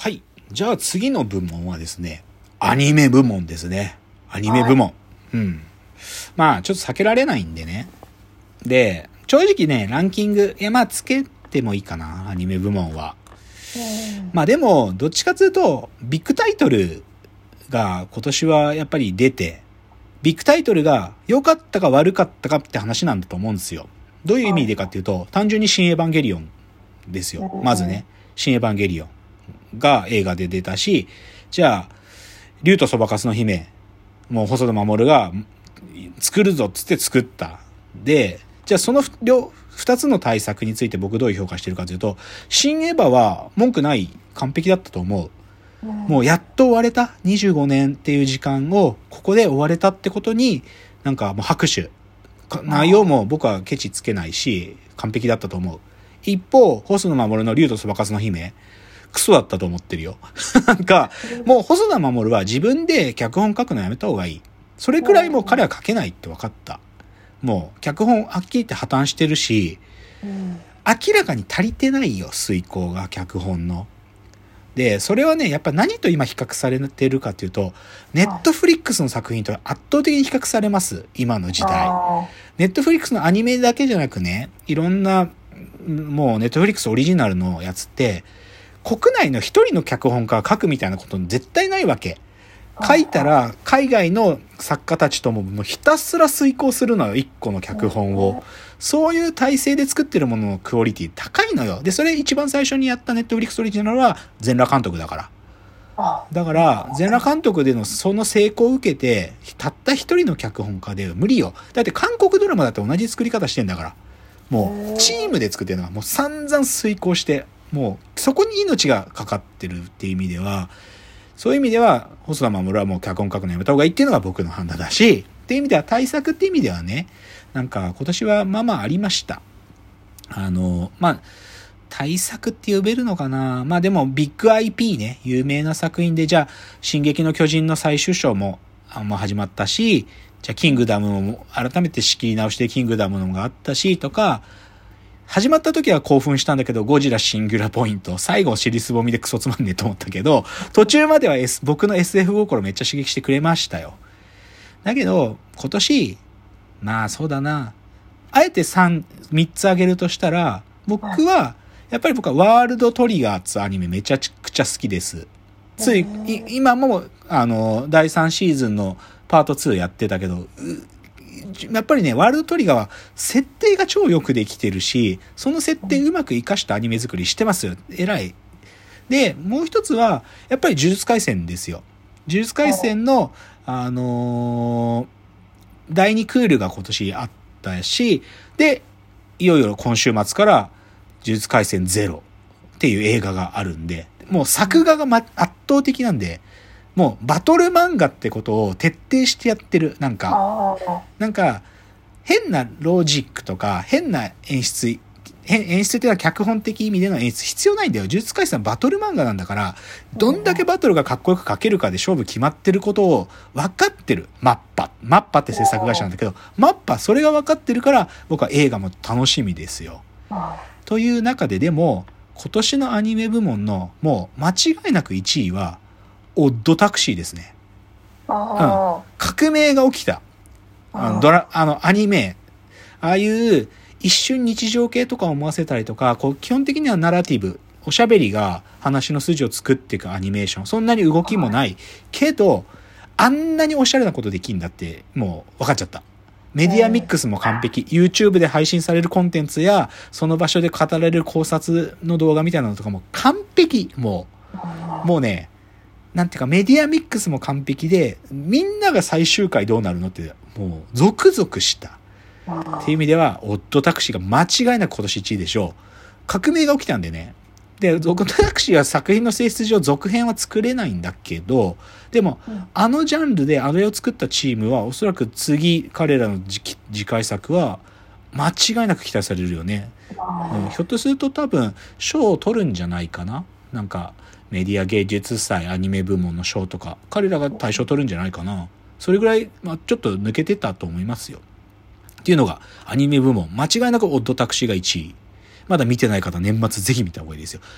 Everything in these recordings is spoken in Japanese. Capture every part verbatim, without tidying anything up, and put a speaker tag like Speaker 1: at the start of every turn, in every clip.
Speaker 1: はい。じゃあ次の部門はですね、アニメ部門ですね。アニメ部門。はい、うん。まあ、ちょっと避けられないんでね。で、正直ね、ランキング、いやまあ、つけてもいいかな、アニメ部門は。まあでも、どっちかというと、ビッグタイトルが今年はやっぱり出て、ビッグタイトルが良かったか悪かったかって話なんだと思うんですよ。どういう意味でかっていうと、単純に新エヴァンゲリオンですよ。まずね、新エヴァンゲリオンが映画で出たし、じゃあ、竜とそばかすの姫、もう細田守が作るぞっつって作った。で、じゃあその両、二つの対策について僕どういう評価してるかというと、新エヴァは文句ない、完璧だったと思う。もうやっと終われたにじゅうごねんっていう時間をここで終われたってことになんかもう拍手。内容も僕はケチつけないし完璧だったと思う。一方、細田守の竜とそばかすの姫、クソだったと思ってるよ。なんかもう細田守は自分で脚本書くのやめた方がいい。それくらいもう彼は書けないって分かった。もう脚本はっきり言って破綻してるし、明らかに足りてないよ、遂行が脚本の。で、それはね、やっぱ何と今比較されてるかというと、ネットフリックスの作品と圧倒的に比較されます。今の時代。ネットフリックスのアニメだけじゃなくね、いろんな、もうネットフリックスオリジナルのやつって、国内の一人の脚本家が書くみたいなこと絶対ないわけ。書いたら、海外の作家たちとももうひたすら遂行するのよ、一個の脚本を。そういう体制で作ってるもののクオリティ高いのよ。で、それ一番最初にやったネットフリックスオリジナルは全裸監督だから。だから、全裸監督でのその成功を受けて、たった一人の脚本家で無理よ。だって韓国ドラマだって同じ作り方してんだから。もう、チームで作ってるのはもう散々遂行して、もうそこに命がかかってるっていう意味では、そういう意味では、細田守はもう脚本書くのやめた方がいいっていうのが僕の判断だし、っていう意味では対策っていう意味ではね、なんか今年はまあまあありました。あの、まあ、対策って呼べるのかな。まあでもビッグ アイピー ね、有名な作品で、じゃあ、進撃の巨人の最終章も、あもう始まったし、じゃあキングダムも改めて仕切り直してキングダムのがあったし、とか、始まった時は興奮したんだけど、ゴジラシンギュラポイント、最後尻すぼみでクソつまんねえと思ったけど、途中までは、S、僕の エスエフ 心めっちゃ刺激してくれましたよ。だけど、今年、まあそうだな。あえて3、3つ挙げるとしたら、僕は、やっぱり僕はワールドトリガーツアニメめちゃくちゃ好きです。つい、い今も、あの、だいさんシーズンのパートツーやってたけど、やっぱりね、ワールドトリガーは設定が超よくできてるし、その設定うまく活かしたアニメ作りしてますよ。偉い。で、もう一つは、やっぱり呪術廻戦ですよ。呪術廻戦の、あのー、だいにクールが今年あったし、で、いよいよ今週末から呪術廻戦ゼロっていう映画があるんで、もう作画が、ま、圧倒的なんで、もうバトル漫画ってことを徹底してやってる。なんか、なんか変なロジックとか変な演出、演出っていうのは脚本的意味での演出必要ないんだよ。呪術廻戦はバトル漫画なんだから、どんだけバトルがかっこよく描けるかで勝負決まってることを分かってる。マッパ。マッパって制作会社なんだけど、マッパ、それが分かってるから僕は映画も楽しみですよ。という中ででも、今年のアニメ部門のもう間違いなくいちいは、オッドタクシーですね。うん。革命が起きた。あの、ドラ、あの、アニメ。ああいう一瞬日常系とか思わせたりとか、こう、基本的にはナラティブ、おしゃべりが話の筋を作っていくアニメーション。そんなに動きもない。けど、あんなにおしゃれなことできんだって、もう分かっちゃった。メディアミックスも完璧。YouTube で配信されるコンテンツや、その場所で語られる考察の動画みたいなのとかも完璧。もう、もうね、なんていうかメディアミックスも完璧で、みんなが最終回どうなるのって、もうゾクゾクした。っていう意味では、オッドタクシーが間違いなく今年いちいでしょう。革命が起きたんでね。で、オッドタクシーは作品の性質上続編は作れないんだけど、でも、うん、あのジャンルであれを作ったチームは、おそらく次彼らの次、次回作は間違いなく期待されるよね。うん、ひょっとすると多分、賞を取るんじゃないかな。なんか、メディア芸術祭アニメ部門の賞とか彼らが大賞取るんじゃないかな。それぐらい、まあ、ちょっと抜けてたと思いますよ。っていうのがアニメ部門間違いなくオッドタクシーがいちい。まだ見てない方年末ぜひ見た方がいいですよ。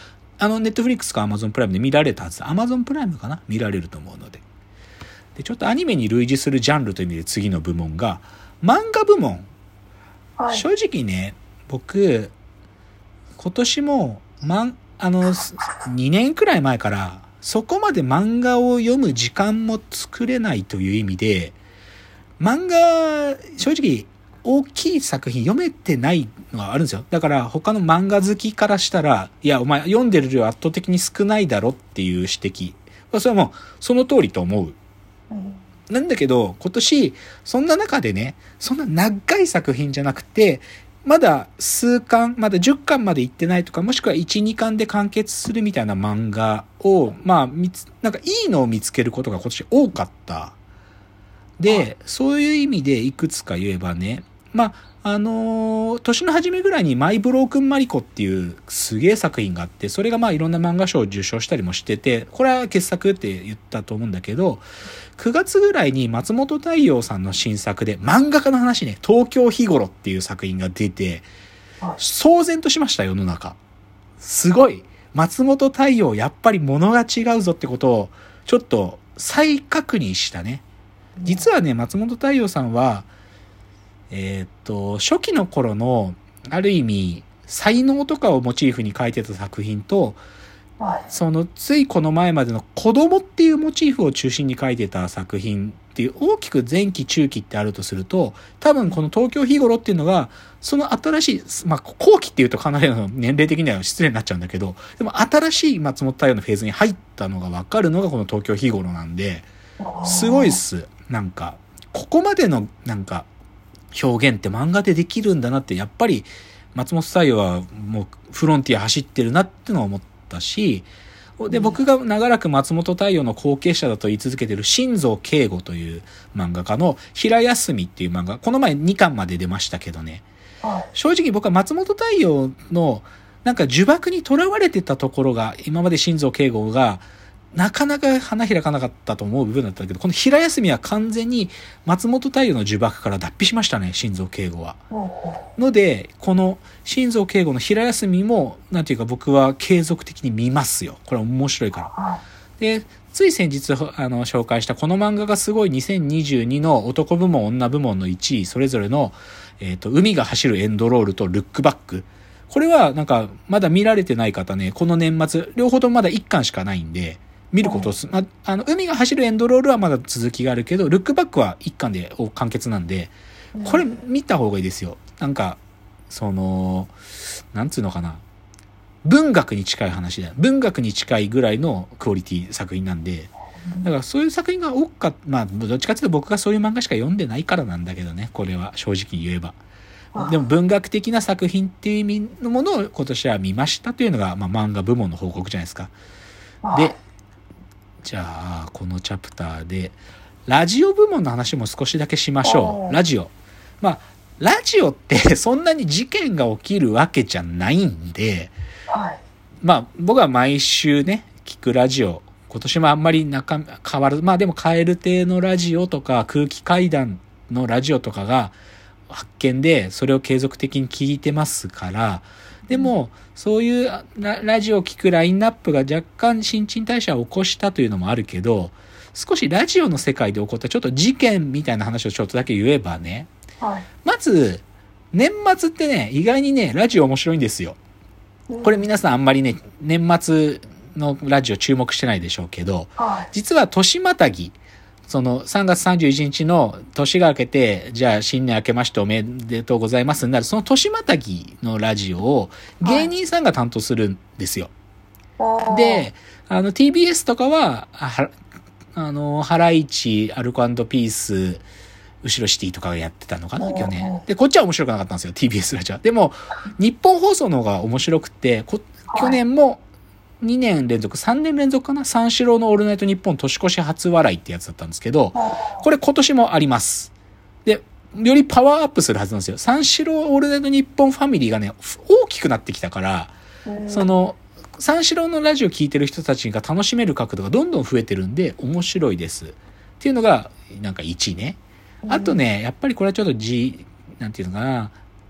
Speaker 1: あの、ネットフリックスかアマゾンプライムで見られたはず。アマゾンプライムかな見られると思うので。で、ちょっとアニメに類似するジャンルという意味で次の部門が、漫画部門。はい、正直ね、僕、今年も、まん、あの、にねんくらい前から、そこまで漫画を読む時間も作れないという意味で、漫画、正直、大きい作品読めてないのがあるんですよ。だから他の漫画好きからしたら、いや、お前読んでる量圧倒的に少ないだろっていう指摘。それはもう、その通りと思う。うん、なんだけど、今年、そんな中でね、そんな長い作品じゃなくて、まだ数巻、まだじゅっかんまで行ってないとか、もしくはいち、にかんで完結するみたいな漫画を、まあ、見つ、なんかいいのを見つけることが今年多かった。で、そういう意味でいくつか言えばね、まあ、あのー、年の初めぐらいにマイブロークンマリコっていうすげえ作品があって、それがまあいろんな漫画賞を受賞したりもしてて、これは傑作って言ったと思うんだけど、くがつぐらいに松本太陽さんの新作で、漫画家の話ね、東京日頃っていう作品が出て、騒然としました、世の中。すごい。松本太陽、やっぱり物が違うぞってことを、ちょっと再確認したね。実はね、松本太陽さんは、えーっと、初期の頃の、ある意味、才能とかをモチーフに書いてた作品と、その、ついこの前までの子供っていうモチーフを中心に書いてた作品っていう大きく前期中期ってあるとすると、多分この東京日頃っていうのが、その新しい、まあ、後期っていうとかなりの年齢的には失礼になっちゃうんだけど、でも新しい松本太陽のフェーズに入ったのが分かるのがこの東京日頃なんで、すごいっす。なんか、ここまでの、なんか、表現って漫画でできるんだなって、やっぱり松本太陽はもうフロンティア走ってるなってのを思ったし、で、僕が長らく松本太陽の後継者だと言い続けてる新蔵慶吾という漫画家の平休みっていう漫画、この前にかんまで出ましたけどね、正直僕は松本太陽のなんか呪縛にとらわれてたところが、今まで新蔵慶吾がなかなか花開かなかったと思う部分だったけど、この平休みは完全に松本太陽の呪縛から脱皮しましたね、新蔵慶吾は。ので、この新蔵慶吾の平休みも、なんていうか僕は継続的に見ますよ。これは面白いから。で、つい先日あの紹介したこの漫画がすごいにせんにじゅうにの男部門女部門のいちい、それぞれの、えっと、海が走るエンドロールとルックバック。これはなんかまだ見られてない方ね、この年末、両方ともまだいっかんしかないんで、見ることす、ま、あの、海が走るエンドロールはまだ続きがあるけど、ルックバックはいっかんで完結なんで、これ見た方がいいですよ。なんか、その、なんつうのかな。文学に近い話だよ。文学に近いぐらいのクオリティ作品なんで、だからそういう作品が多かった、まあ、どっちかっていうと僕がそういう漫画しか読んでないからなんだけどね、これは正直に言えば。でも文学的な作品っていう意味のものを今年は見ましたというのが、まあ、漫画部門の報告じゃないですか。で、じゃあ、このチャプターで、ラジオ部門の話も少しだけしましょう。ラジオ。まあ、ラジオってそんなに事件が起きるわけじゃないんで、はい、まあ、僕は毎週ね、聞くラジオ、今年もあんまり中身変わる、まあでも蛙亭のラジオとか空気階段のラジオとかが発見で、それを継続的に聞いてますから、でも、そういうラジオを聞くラインナップが若干新陳代謝を起こしたというのもあるけど、少しラジオの世界で起こったちょっと事件みたいな話をちょっとだけ言えばね、はい、まず、年末ってね、意外にね、ラジオ面白いんですよ。これ皆さんあんまりね、年末のラジオ注目してないでしょうけど、はい、実は年またぎ、そのさんがつさんじゅういちにちの年が明けて、じゃあ新年明けましておめでとうございますになる、その年またぎのラジオを芸人さんが担当するんですよ。はい、で、あの ティービーエス とかは、はあの、ハライチ、アルコ&ピース、後ろシティとかがやってたのかな、去年。で、こっちは面白くなかったんですよ、ティービーエス ラジオ。でも、日本放送の方が面白くて、こ去年も、にねん連続、さんねん連続かな、三四郎のオールナイトニッポン年越し初笑いってやつだったんですけど、これ今年もあります。で、よりパワーアップするはずなんですよ。三四郎オールナイトニッポンファミリーがね、大きくなってきたから、その、三四郎のラジオ聞いてる人たちが楽しめる角度がどんどん増えてるんで、面白いです。っていうのが、なんかいちいね。あとね、やっぱりこれはちょっとじ、なんていうのかな、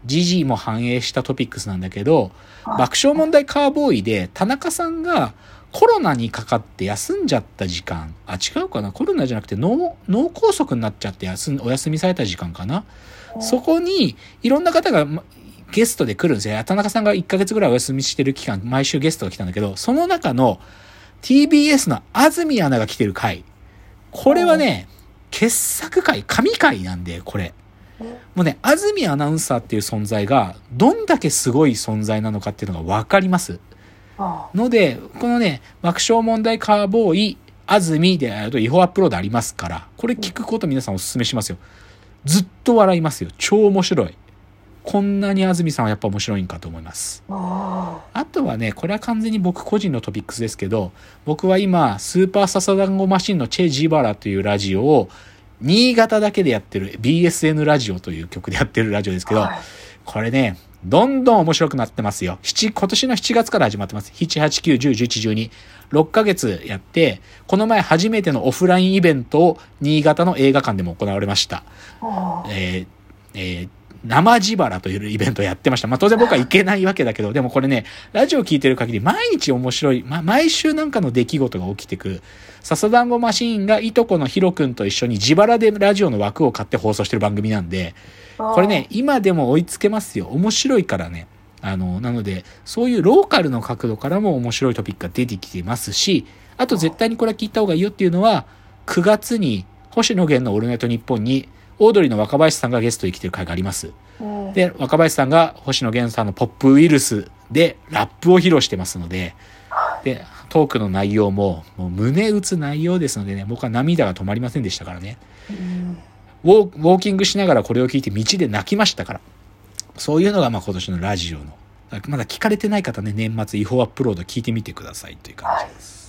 Speaker 1: 時事も反映したトピックスなんだけど、爆笑問題カーボーイで田中さんがコロナにかかって休んじゃった時間、あ、違うかな、コロナじゃなくて脳、脳梗塞になっちゃって休ん、お休みされた時間かな。そこにいろんな方がゲストで来るんですよ。田中さんがいっかげつぐらいお休みしてる期間、毎週ゲストが来たんだけど、その中の ティービーエス の安住アナが来てる回。これはね、傑作回、神回なんで、これ。もうね、安住アナウンサーっていう存在が、どんだけすごい存在なのかっていうのがわかります。ので、このね、爆笑問題カーボーイ、安住であると違法アップロードありますから、これ聞くこと皆さんお勧めしますよ。ずっと笑いますよ。超面白い。こんなに安住さんはやっぱ面白いんかと思います。あとはね、これは完全に僕個人のトピックスですけど、僕は今、スーパーササダンゴマシンのチェ・ジバラというラジオを、新潟だけでやってる ビーエスエヌ ラジオという曲でやってるラジオですけど、はい、これね、どんどん面白くなってますよ。七、今年のしちがつから始まってます。なな、はち、きゅう、じゅう、じゅういち、じゅうに。ろっかげつやって、この前初めてのオフラインイベントを新潟の映画館でも行われました。えーえー生自腹というイベントをやってました。まあ当然僕は行けないわけだけど、でもこれね、ラジオ聞いてる限り毎日面白い、まあ毎週なんかの出来事が起きてく。笹団子マシーンがいとこのヒロ君と一緒に自腹でラジオの枠を買って放送してる番組なんで、これね、今でも追いつけますよ。面白いからね。あの、なので、そういうローカルの角度からも面白いトピックが出てきてますし、あと絶対にこれは聞いた方がいいよっていうのは、くがつに星野源のオールナイトニッポンに、オードリーの若林さんがゲストに来てる回があります。で、若林さんが星野源さんのポップウイルスでラップを披露してますので、で、トークの内容も、もう胸打つ内容ですのでね、僕は涙が止まりませんでしたからね。ウォー、ウォーキングしながらこれを聞いて道で泣きましたから。そういうのがまあ今年のラジオの。まだ聞かれてない方ね、年末違法アップロード聞いてみてくださいという感じです。